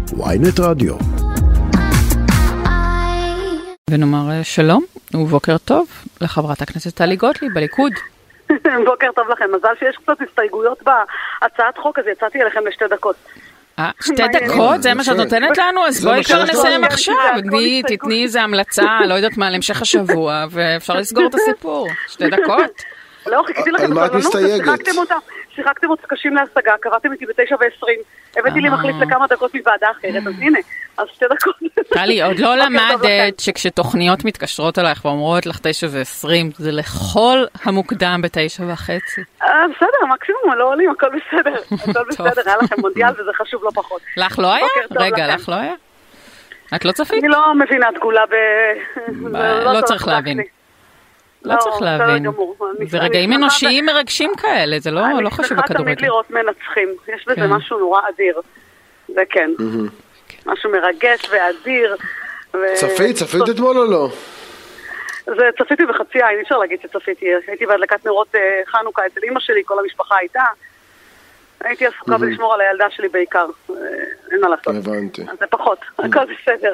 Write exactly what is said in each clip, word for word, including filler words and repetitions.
וויינט רדיו. ונאמר שלום ובוקר טוב לחברת הכנסת טלי גוטליב בליכוד. בוקר טוב לכם, מזל שיש קצת הסתייגויות בהצעת חוק, אז יצאתי אליכם לשתי דקות. אה, שתי דקות? זה מה שאת נותנת לנו? אז בואי כבר נסיים עכשיו. תתני איזה המלצה, לא יודעת מה, להמשך השבוע, ואפשר לסגור את הסיפור. שתי דקות? לא, חיכיתי לכם בסבלנות, שיחקתם אותה. שיחקתם אותה קשים להשגה, קראתם איתי בתשע ועשרים, הבאתי לי מחליף לכמה דקות מוועדה אחרת, אז הנה, אז שתי דקות. טלי, עוד לא למדת שכשתוכניות מתקשרות עלייך ואומרות לך תשע ועשרים, זה לכל המוקדם בתשע וחצי. בסדר, מקסימום, לא עולים, הכל בסדר. הכל בסדר, היה לכם מונדיאל וזה חשוב לא פחות. לך לא היה? רגע, לך לא היה? את לא צפית? אני לא מבינה תגולה ב... לא צריך להבין. לא צריך להבין. זה רגעים אנושיים מרגשים כאלה, זה לא חשוב בכדורגל. אני צריכה תמיד לראות מנצחים. יש בזה משהו נורא אדיר. זה כן. משהו מרגש ואדיר. צפית? צפית אתמול או לא? זה צפיתי בחצי עין, אי אפשר להגיד שצפיתי. הייתי בהדלקת נרות חנוכה אצל אמא שלי, כל המשפחה הייתה. הייתי עסוקה בלשמור על הילדה שלי בעיקר. אין מה לעשות. הבנתי. אז זה פחות, הכל בסדר.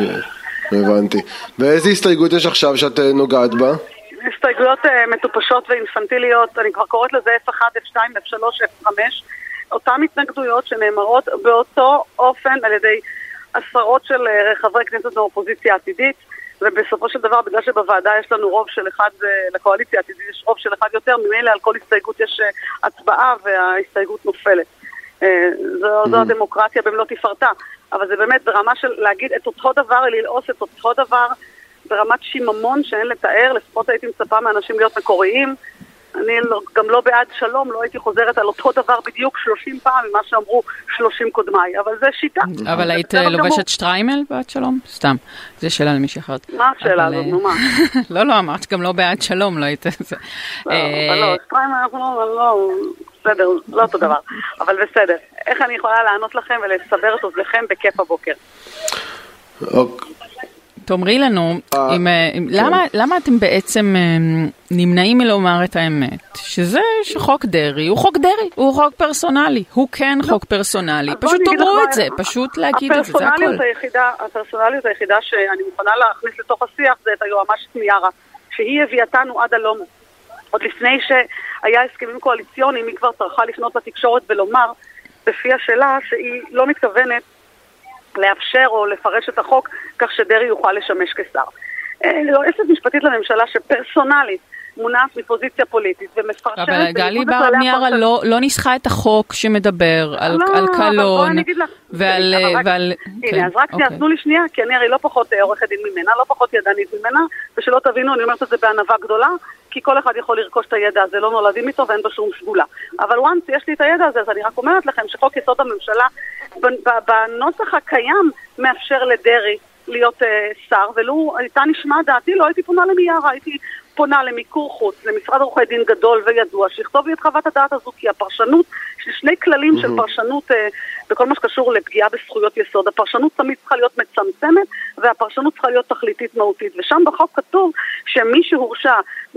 הבנתי. ואיזה הסתייגות יש עכשיו שאת נוגעת בה? הסתייגויות מטופשות ואינפנטיליות, אני כבר קוראת לזה אף אחת, אף שתיים, אף שלוש, אף חמש, אותן התנגדויות שנאמרות באותו אופן על ידי עשרות של חברי כנסת באופוזיציה עתידית, ובסופו של דבר, בגלל שבוועדה יש לנו רוב של אחד, לקואליציה עתידית יש רוב של אחד יותר, ממילא על כל הסתייגות יש הצבעה וההסתייגות נופלת. זו, זו הדמוקרטיה במלוא תפארתה, אבל זה באמת ברמה של להגיד את אותו דבר, ללעוס את אותו דבר, ברמת שיממון שאין לתאר, לפחות הייתי מצפה מאנשים להיות מקוריים. אני גם לא בעד שלום, לא הייתי חוזרת על אותו דבר בדיוק שלושים פעם ממה שאמרו שלושים קודמיי, אבל זה שיטה. אבל היית לובשת שטריימל בעד שלום? סתם, זו שאלה למישהי אחרת. מה השאלה הזאת? נו מה? לא, לא, אמרת גם לא בעד שלום, לא היית... לא, לא, שטריימל אנחנו לא... בסדר, לא אותו דבר, אבל בסדר. איך אני יכולה לענות לכם ולסבר את אוזניכם בכיף הבוקר? אוקיי. תאמרי לנו, למה אתם בעצם נמנעים מלומר את האמת? שזה שחוק דרי, הוא חוק דרי, הוא חוק פרסונלי, הוא כן חוק פרסונלי, פשוט תאמרו את זה, פשוט להגיד את זה, זה הכל. הפרסונליות היחידה שאני מוכנה להכניס לתוך השיח זה את היועמ"שית מיארה, שהיא הביאתנו עד הלום, עוד לפני שהיה הסכמים קואליציוניים, היא כבר צריכה לפנות לתקשורת ולומר, בפיה שלה שהיא לא מתכוונת לאפשר או לפרש את החוק כך שדרי יוכל לשמש כשר. יועצת משפטית לממשלה שפרסונלית מונעת מפוזיציה פוליטית ומפרשת... אבל גלי בר מיארה לא ניסחה את החוק שמדבר על קלון ועל... הנה, אז רק תעשנו לי שנייה, כי אני הרי לא פחות עורכת דין ממנה, לא פחות ידענית ממנה, ושלא תבינו, אני אומרת את זה בענווה גדולה, כי כל אחד יכול לרכוש את הידע הזה, לא נולדים איתו ואין בו שום סגולה. אבל once יש לי את הידע הזה, אז אני רק אומרת לכם שחוק יסוד הממשלה בנוסח הקיים מאפשר לדרי להיות שר, ולו הייתה נשמע דעתי, לא הייתי פונה למיארה, הייתי פונה למיקור חוץ, למשרד עורכי דין גדול וידוע, שיכתוב לי את חוות הדעת הזו, כי הפרשנות, יש שני כללים של פרשנות בכל מה שקשור לפגיעה בזכויות יסוד. הפרשנות תמיד צריכה להיות מצמצמת, והפרשנות צריכה להיות תכליתית מהותית. ושם בחוק כתוב שמי שהורשע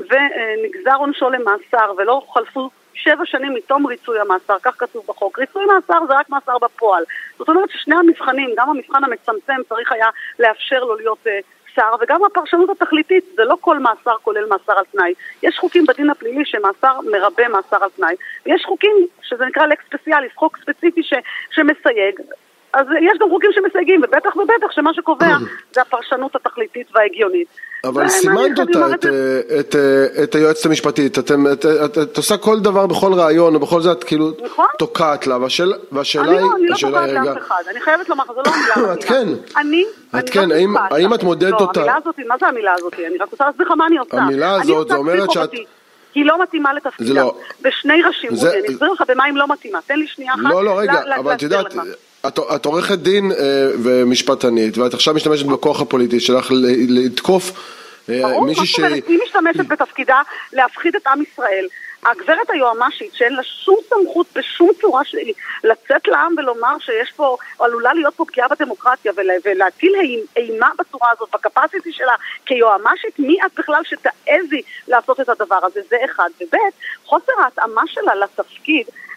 ונגזר עונשו למאסר, ולא חלפו שבע שנים מתום ריצוי המאסר, כך כתוב בחוק. ריצוי מאסר זה רק מאסר בפועל. זאת אומרת ששני המבחנים, גם המבחן המצמצם צריך היה לאפשר לו להיות שר, וגם הפרשנות התכליתית, זה לא כל מאסר כולל מאסר על תנאי. יש חוקים בדין הפלילי שמאסר מרבה מאסר על תנאי, ויש חוקים שזה נקרא לקס ספציאליס, חוק ספציפי ש, שמסייג. אז יש גם חוקים שמסייגים, ובטח ובטח שמה שקובע זה הפרשנות התכליתית וההגיונית. אבל סימנת אותה, את, את, את היועצת המשפטית, אתם, את, את, את עושה כל דבר בכל רעיון, ובכל זאת כאילו תוקעת לה, והשאלה היא... אני לא תוקעת לאף אחד, אני חייבת לומר, זה לא המילה. את כן. אני, את כן, האם את מודדת אותה? לא, המילה הזאת, מה זה המילה הזאת? אני רק רוצה להסביר לך מה אני עושה. המילה הזאת, זה אומרת שאת... היא לא מתאימה לתפקידה. בשני ראשים, אני אסביר לך במה היא לא מתאימה. תן לי שנייה אחת. לא, לא, רגע, אבל את יודעת... את, את עורכת דין אה, ומשפטנית, ואת עכשיו משתמשת בכוח הפוליטי שלך לתקוף אה, מישהי ש... היא משתמשת בתפקידה להפחיד את עם ישראל. הגברת היועמ"שית שאין לה שום סמכות בשום צורה שלי לצאת לעם ולומר שיש פה, עלולה להיות פה פגיעה בדמוקרטיה ולהטיל אימה בצורה הזאת, בקפסיטי שלה כיועמ"שית, מי את בכלל שתעזי לעשות את הדבר הזה? זה אחד. ובית, חוסר ההתאמה שלה לתפקיד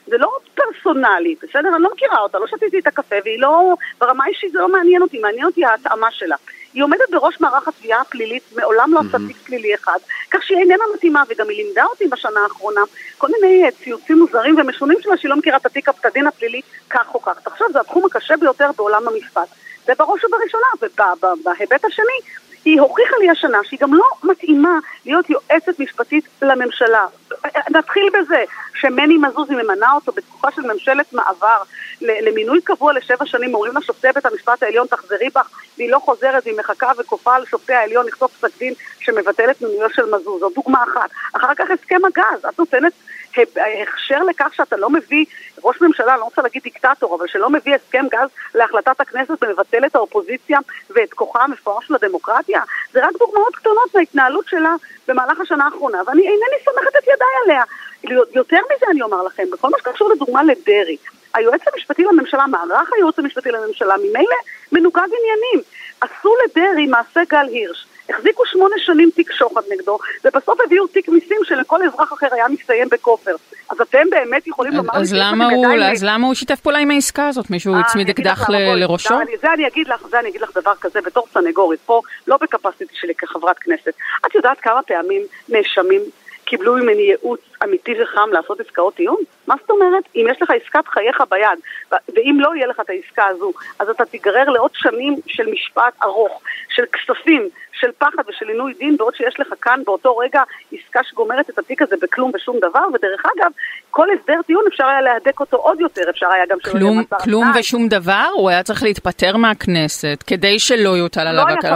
זה לא פרסונלי, בסדר? אני לא מכירה אותה, לא שתיתי את הקפה, והיא לא, ברמה אישית זה לא מעניין אותי, מעניין אותי ההתאמה שלה. היא עומדת בראש מערך התביעה הפלילית, מעולם לא עשה תיק פלילי אחד, כך שהיא איננה מתאימה, וגם היא לימדה אותי בשנה האחרונה, כל מיני ציוצים מוזרים ומשונים שלה, שהיא לא מכירה את התיק הפתדין הפלילי, כך או כך. עכשיו, זה התחום הקשה ביותר בעולם המשפט. זה בראש ובראשונה, ובהיבט השני, היא הוכיחה לי השנה שהיא גם לא מתאימה להיות יועצת משפטית לממשלה. נתחיל בזה שמני מזוז היא ממנה אותו בתקופה של ממשלת מעבר למינוי קבוע לשבע שנים, אומרים לה שופטי בית המשפט העליון תחזרי בך, והיא לא חוזרת, והיא מחכה וכופה על שופטי העליון לכתוב פסק דין שמבטל את מינויו של מזוז. זו דוגמה אחת. אחר כך הסכם הגז, את נותנת הכשר לכך שאתה לא מביא ראש ממשלה, לא רוצה להגיד דיקטטור, אבל שלא מביא הסכם גז להחלטת הכנסת ומבטל את האופוזיציה ואת כוחה המפואר של הדמוקרטיה. זה רק דוגמאות קטנות מההתנהלות שלה במהלך השנה האחרונה, ואני אינני סומכת את ידיי עליה. יותר מזה אני אומר לכם, בכל מה שקשור לדוגמה לדרי, היועץ המשפטי לממשלה, מערך היועץ המשפטי לממשלה, ממילא מנוגד עניינים. עשו לדרי מעשה גל הירש. החזיקו שמונה שנים תיק שוחד נגדו, ובסוף הביאו תיק מיסים שלכל אזרח אחר היה מסתיים בכופר. אז אתם באמת יכולים לומר... אז למה הוא שיתף פעולה עם העסקה הזאת? מישהו הצמיד אקדח לראשו? זה אני אגיד לך, זה אני אגיד לך דבר כזה, בתור סנגורית, פה לא בקפסיטי שלי כחברת כנסת. את יודעת כמה פעמים נאשמים קיבלו ממני ייעוץ אמיתי וחם לעשות עסקאות טיעון? מה זאת אומרת? אם יש לך עסקת חייך ביד, ואם לא יהיה לך את העסקה הזו, אז אתה תיגרר לעוד שנים של משפט ארוך, של כספים, של פחד ושל עינוי דין, בעוד שיש לך כאן באותו רגע עסקה שגומרת את התיק הזה בכלום ושום דבר, ודרך אגב, כל הסדר טיעון אפשר היה להדק אותו עוד יותר, אפשר היה גם שלא יהיה מצר. כלום ושום דבר? הוא היה צריך להתפטר מהכנסת, כדי שלא יוטל עליו הקלון.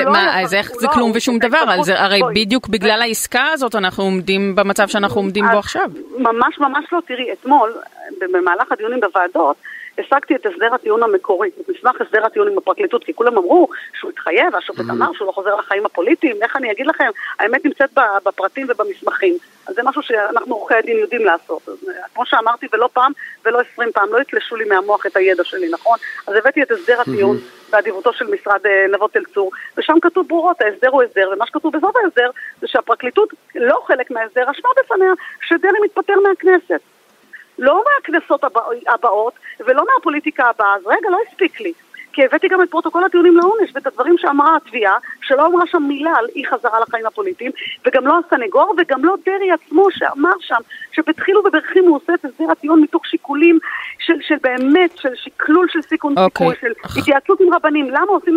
אז איך זה כלום ושום דבר? הרי בדיוק בגלל העסקה הזאת אנחנו עומדים במצב שאנחנו עומדים בו עכשיו. ממש ממש לא, תראי, אתמול, במהלך הדיונים בוועדות, השגתי את הסדר הטיעון המקורי, את מסמך הסדר הטיעון עם הפרקליטות, כי כולם אמרו שהוא התחייב, השופט אמר שהוא לא חוזר לחיים הפוליטיים, איך אני אגיד לכם, האמת נמצאת בפרטים ובמסמכים, אז זה משהו שאנחנו עורכי הדין יודעים לעשות, אז, כמו שאמרתי, ולא פעם ולא עשרים פעם, לא יתלשו לי מהמוח את הידע שלי, נכון? אז הבאתי את הסדר הטיעון באדיבותו של משרד נבות אל צור, ושם כתוב ברורות, ההסדר הוא הסדר, ומה שכתוב בסוף ההסדר, זה שהפרקליטות לא חלק מההסדר, רשמה בפניה שדרעי מתפטר מהכנסת. לא מהכנסות הבאות ולא מהפוליטיקה הבאה, אז רגע, לא הספיק לי. כי הבאתי גם את פרוטוקול הטיעונים לעונש ואת הדברים שאמרה התביעה, שלא אמרה שם מילה על אי חזרה לחיים הפוליטיים, וגם לא הסנגור וגם לא דרי עצמו שאמר שם, שבתחילו וברכים הוא עושה את הסדר הטיעון מתוך שיקולים של, של באמת, של שקלול של סיכון okay. סיכוי, של התייעצות עם רבנים. למה עושים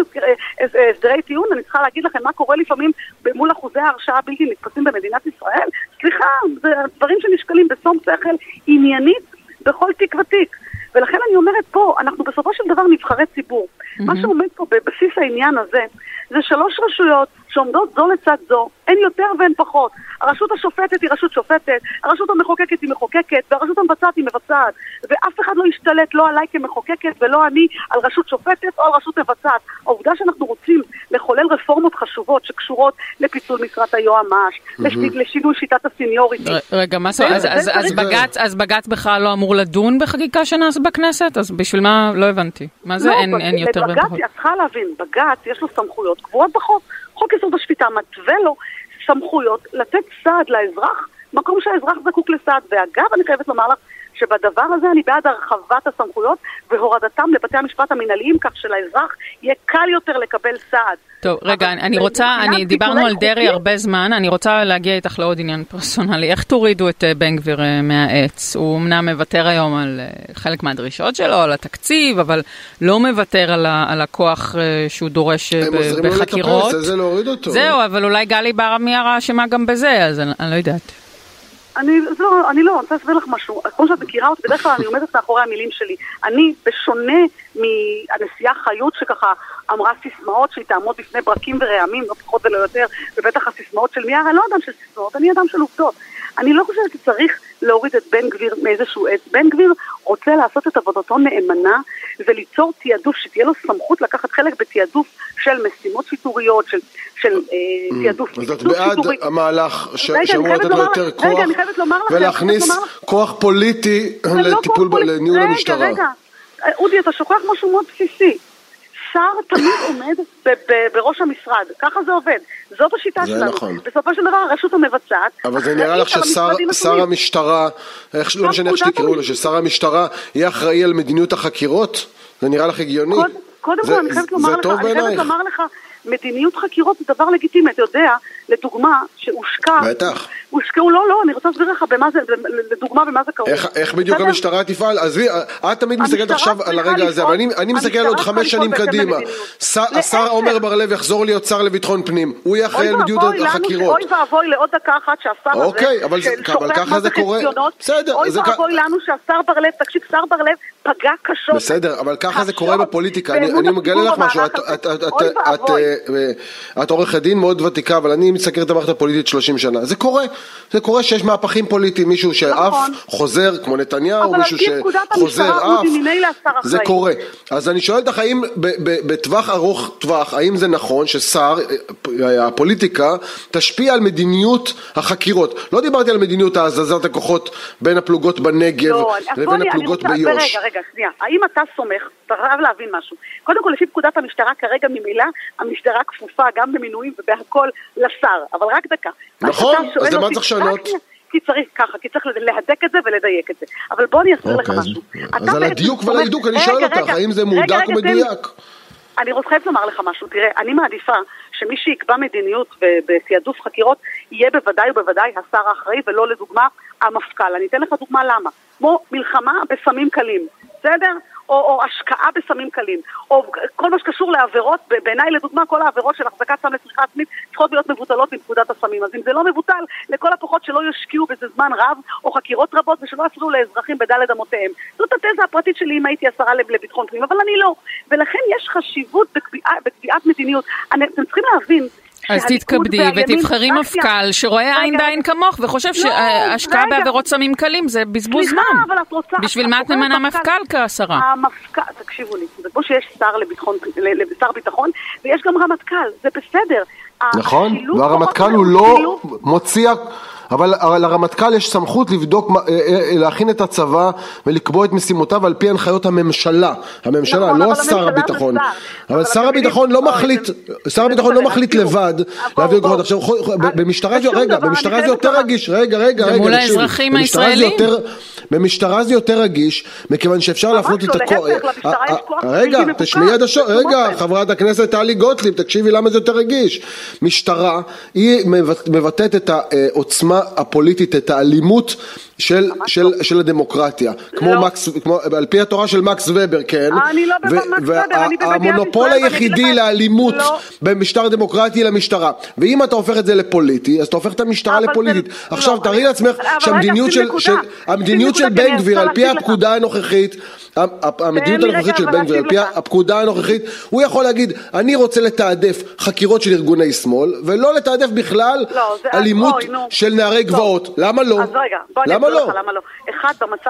הסדרי טיעון? אני צריכה להגיד לכם מה קורה לפעמים מול אחוזי ההרשעה בלתי נתפסים במדינת ישראל. סליחה, זה דברים שנשקלים בסום שכל עניינית בכל תיק ותיק. ולכן אני אומרת פה, אנחנו בסופו של דבר נבחרי ציבור. Mm-hmm. מה שעומד פה בבסיס העניין הזה, זה שלוש רשויות שעומדות זו לצד זו, אין יותר ואין פחות. הרשות השופטת היא רשות שופטת, הרשות המחוקקת היא מחוקקת, והרשות המבצעת היא מבצעת. ואף אחד לא ישתלט לא עליי כמחוקקת ולא אני על רשות שופטת או על רשות מבצעת. העובדה שאנחנו רוצים לחולל רפורמות חשובות שקשורות לפיצול משרת היועמ"ש, mm-hmm. לשינוי שיטת הסניוריטי. רגע, מה זה? אז, אז, אז, בגץ, אז בגץ בכלל לא אמור לדון בחקיקה שנעשה בכנסת? אז בשביל מה? לא הבנתי. מה זה? לא, אין, אין יותר ואין פחות. בגץ, את צריכה להבין, בגץ יש לו סמכויות קבועות בחוק. חוק יסוד השפיטה מתווה לו סמכויות לתת סעד לאזרח, מקום שהאזרח זקוק לסעד. ואגב, אני חייבת לומר לך שבדבר הזה אני בעד הרחבת הסמכויות והורדתם לבתי המשפט המנהליים, כך שלאזרח יהיה קל יותר לקבל סעד. טוב, רגע, אני רוצה, אני דיברנו על דרי הרבה זמן, אני רוצה להגיע איתך לעוד עניין פרסונלי. איך תורידו את בן גביר מהעץ? הוא אמנם מוותר היום על חלק מהדרישות שלו, על התקציב, אבל לא מוותר על הכוח שהוא דורש בחקירות. זה להוריד אותו. זהו, אבל אולי גלי ברמיארה אשמה גם בזה, אז אני לא יודעת. אני לא, אני לא, אני רוצה להסביר לך משהו. כמו שאת מכירה אותי, בדרך כלל אני עומדת מאחורי המילים שלי. אני, בשונה מהנשיאה חיות שככה אמרה סיסמאות שהיא תעמוד בפני ברקים ורעמים, לא פחות ולא יותר, ובטח הסיסמאות של מיארה, לא אדם של סיסמאות, אני אדם של עובדות. אני לא חושבת שצריך להוריד את בן גביר מאיזשהו עץ. בן גביר רוצה לעשות את עבודתו נאמנה וליצור תיעדוף, שתהיה לו סמכות לקחת חלק בתיעדוף של משימות שיטוריות, של, של אה, תיעדוף שיטור שיטורי. אז את בעד המהלך שאמור לתת לו יותר כוח ולהכניס כוח פוליטי לטיפול לניהול המשטרה. רגע, רגע, אודי, אתה שוכח משהו מאוד בסיסי. שר תמיד עומד ב- ב- בראש המשרד, ככה זה עובד, זאת השיטה שלנו. נכון. בסופו של דבר הרשות המבצעת, אבל זה נראה לך ששר המשטרה, איך לא משנה איך שתקראו לו, ששר המשטרה יהיה אחראי על מדיניות החקירות? זה נראה לך הגיוני? קוד, קודם כל אני חייבת לומר לך, אני חייבת לומר לך, מדיניות חקירות זה דבר לגיטימי, אתה יודע, לדוגמה, שהושקע, בטח. הושקעו, לא, לא, אני רוצה להסביר לך במה זה, לדוגמה במה זה קורה. איך, איך בדיוק המשטרה תפעל? אז את תמיד מסתכלת עכשיו על הרגע הזה, אבל אני, אני מסתכל על עוד חמש שנים קדימה. השר עומר בר לב יחזור להיות שר לביטחון פנים, הוא יהיה אחראי על מדיניות החקירות. אוי ואבוי לעוד דקה אחת שהשר הזה, אוקיי, אבל ככה זה קורה. בסדר. אוי ואבוי לנו שהשר בר לב, תקשיב, שר בר לב פגע קשות. בסדר, אבל ככה זה קורה בפוליטיקה. אני מגלה לך משהו, את עורכת דין מאוד ותיקה, אבל אני מסקר את המערכת הפוליטית שלושים שנה. זה קורה. זה קורה שיש מהפכים פוליטיים, מישהו שאף חוזר כמו נתניהו, מישהו שחוזר אף, זה קורה. אז אני שואל אותך, האם בטווח ארוך טווח, האם זה נכון ששר, הפוליטיקה, תשפיע על מדיניות החקירות? לא דיברתי על מדיניות ההזזת הכוחות בין הפלוגות בנגב לבין הפלוגות ביו"ש. רגע, רגע, שנייה. האם אתה סומך, אתה חייב להבין משהו. קודם כל, לפי פקודת המשטרה, כרגע ממילא, המשטרה כפופה גם במינויים ובהכל לשר. אבל רק דקה. נכון, אז למה צריך שנות? כי צריך ככה, כי צריך להדק את זה ולדייק את זה. אבל בוא אני אסביר לך משהו. אז על הדיוק ועל ההידוק, אני שואל אותך, האם זה מודק ומדויק? אני רוצה לומר לך משהו. תראה, אני מעדיפה שמי שיקבע מדיניות ובתיעדוף חקירות יהיה בוודאי ובוודאי השר האחראי, ולא לדוגמה המפכ"ל. אני אתן לך דוגמה למה. כמו מלחמה בסמים קלים, בסדר? או, או השקעה בסמים קלים, או כל מה שקשור לעבירות, בעיניי לדוגמה כל העבירות של החזקת סם לצריכה עצמית צריכות להיות מבוטלות מפקודת הסמים. אז אם זה לא מבוטל, לכל הפחות שלא ישקיעו בזה זמן רב או חקירות רבות ושלא יפריעו לאזרחים בדלת אמותיהם. זאת התזה הפרטית שלי אם הייתי השרה לביטחון פנים, אבל אני לא. ולכן יש חשיבות בקביעה, בקביעת מדיניות. אני, אתם צריכים להבין אז תתכבדי ותבחרי מפכ"ל שרואה עין בעין כמוך וחושב שהשקעה בעבירות סמים קלים זה בזבוז זמן. בשביל מה את ממנה מפכ"ל כשרה? המפכ"ל, תקשיבו לי, זה כמו שיש שר ביטחון ויש גם רמטכ"ל, זה בסדר. נכון, והרמטכ"ל הוא לא מוציא... אבל לרמטכ"ל יש סמכות לבדוק, להכין את הצבא ולקבוע את משימותיו על פי הנחיות הממשלה. הממשלה, לא שר הביטחון. אבל שר הביטחון לא מחליט, שר הביטחון לא מחליט לבד להביא כוחות. עכשיו, במשטרה זה, רגע, במשטרה זה יותר רגיש, רגע, רגע, רגע. מול האזרחים הישראלים. במשטרה זה יותר רגיש, מכיוון שאפשר להפנות את הכוח. רגע, תשמעי עד השור, רגע, חברת הכנסת טלי גוטליב, תקשיבי למה זה יותר רגיש. משטרה, היא מבטאת את העוצמה הפוליטית, את האלימות של, של, של הדמוקרטיה. כמו לא. מקס, כמו, על פי התורה של מקס ובר, כן? אני לא בבא מקס ובר, אני במדינת והמונופול היחידי לאלימות לא. במשטר דמוקרטי למשטרה. ואם אתה הופך את זה לפוליטי, אז אתה הופך את המשטרה לפוליטית. זה... עכשיו, לא, תראי לעצמך שהמדיניות של, של, המדיניות של בן גביר, על פי הפקודה הנוכחית, המדיניות הנוכחית של בן גביר, על פי הפקודה הנוכחית, הוא יכול להגיד, אני רוצה לתעדף חקירות של ארגוני שמאל, ולא לתעדף בכלל אלימות של נערי גבעות. למה לא? אז רגע, בוא אני אסביר לך למה לא. אחד,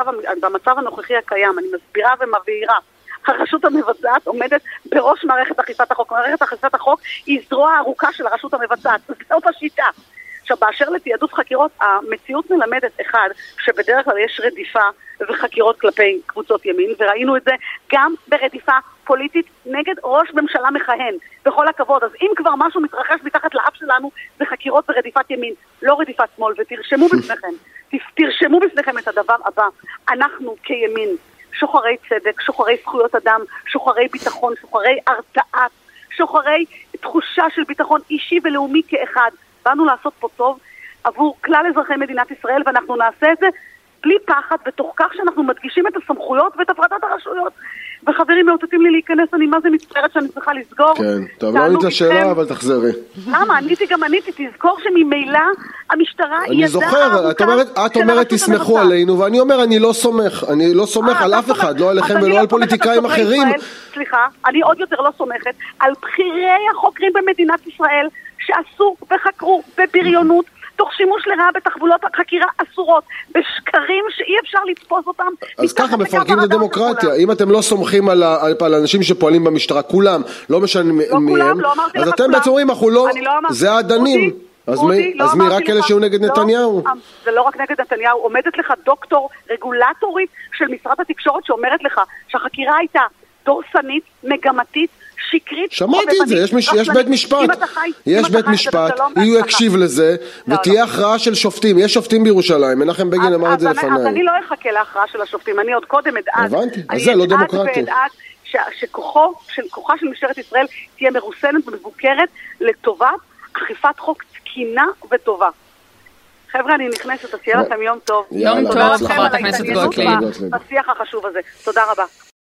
במצב הנוכחי הקיים, אני מסבירה ומבהירה, הרשות המבצעת עומדת בראש מערכת אכיפת החוק. מערכת אכיפת החוק היא זרוע ארוכה של הרשות המבצעת. זאת השיטה. עכשיו, באשר לתיעדוף חקירות, המציאות מלמדת אחד, שבדרך כלל יש רדיפה וחקירות כלפי קבוצות ימין, וראינו את זה גם ברדיפה פוליטית נגד ראש ממשלה מכהן, בכל הכבוד. אז אם כבר משהו מתרחש מתחת לאף שלנו, זה חקירות ורדיפת ימין, לא רדיפת שמאל, ותרשמו בפניכם, תרשמו בפניכם את הדבר הבא, אנחנו כימין, שוחרי צדק, שוחרי זכויות אדם, שוחרי ביטחון, שוחרי הרתעה, שוחרי תחושה של ביטחון אישי ולאומי כאחד, באנו לעשות פה טוב עבור כלל אזרחי מדינת ישראל, ואנחנו נעשה את זה בלי פחד, בתוך כך שאנחנו מדגישים את הסמכויות ואת הפרדת הרשויות. וחברים מאותתים לי להיכנס, אני מה זה מצטערת שאני צריכה לסגור. כן, טוב, לא ענית לשאלה, אבל תחזרי. למה? עניתי גם עניתי, תזכור שממילא המשטרה ידעה... אני זוכר, את אומרת תסמכו עלינו, ואני אומר אני לא סומך, אני לא סומך על אף אחד, לא עליכם ולא על פוליטיקאים אחרים. סליחה, אני עוד יותר לא סומכת על בחירי החוקרים במדינת ישראל, שעשו וחקרו בבריונות, תוך שימוש לרעה בתחבולות החקירה אסורות, בשקרים שאי אפשר לתפוס אותם. אז ככה מפרקים את הדמוקרטיה. אם אתם לא סומכים על האנשים שפועלים במשטרה, כולם, לא משנה מהם, אז אתם בעצם אומרים, אנחנו לא, זה העדנים. אז מי רק אלה שהוא נגד נתניהו? זה לא רק נגד נתניהו, עומדת לך דוקטור רגולטורית של משרד התקשורת שאומרת לך שהחקירה הייתה דורסנית, מגמתית, שקרית. שמעתי את זה, יש בית משפט, יש בית משפט, הוא יקשיב לזה, ותהיה הכרעה של שופטים, יש שופטים בירושלים, מנחם בגין אמר את זה לפניי. אז אני לא אחכה להכרעה של השופטים, אני עוד קודם אדאג. הבנתי, אז זה לא דמוקרטי. שכוחה של משטרת ישראל תהיה מרוסנת ומבוקרת לטובת אכיפת חוק תקינה וטובה. חבר'ה, אני נכנסת, אז שיהיה לכם יום טוב. יום טוב, חברת הכנסת גוטליב. בשיח החשוב הזה. תודה רבה.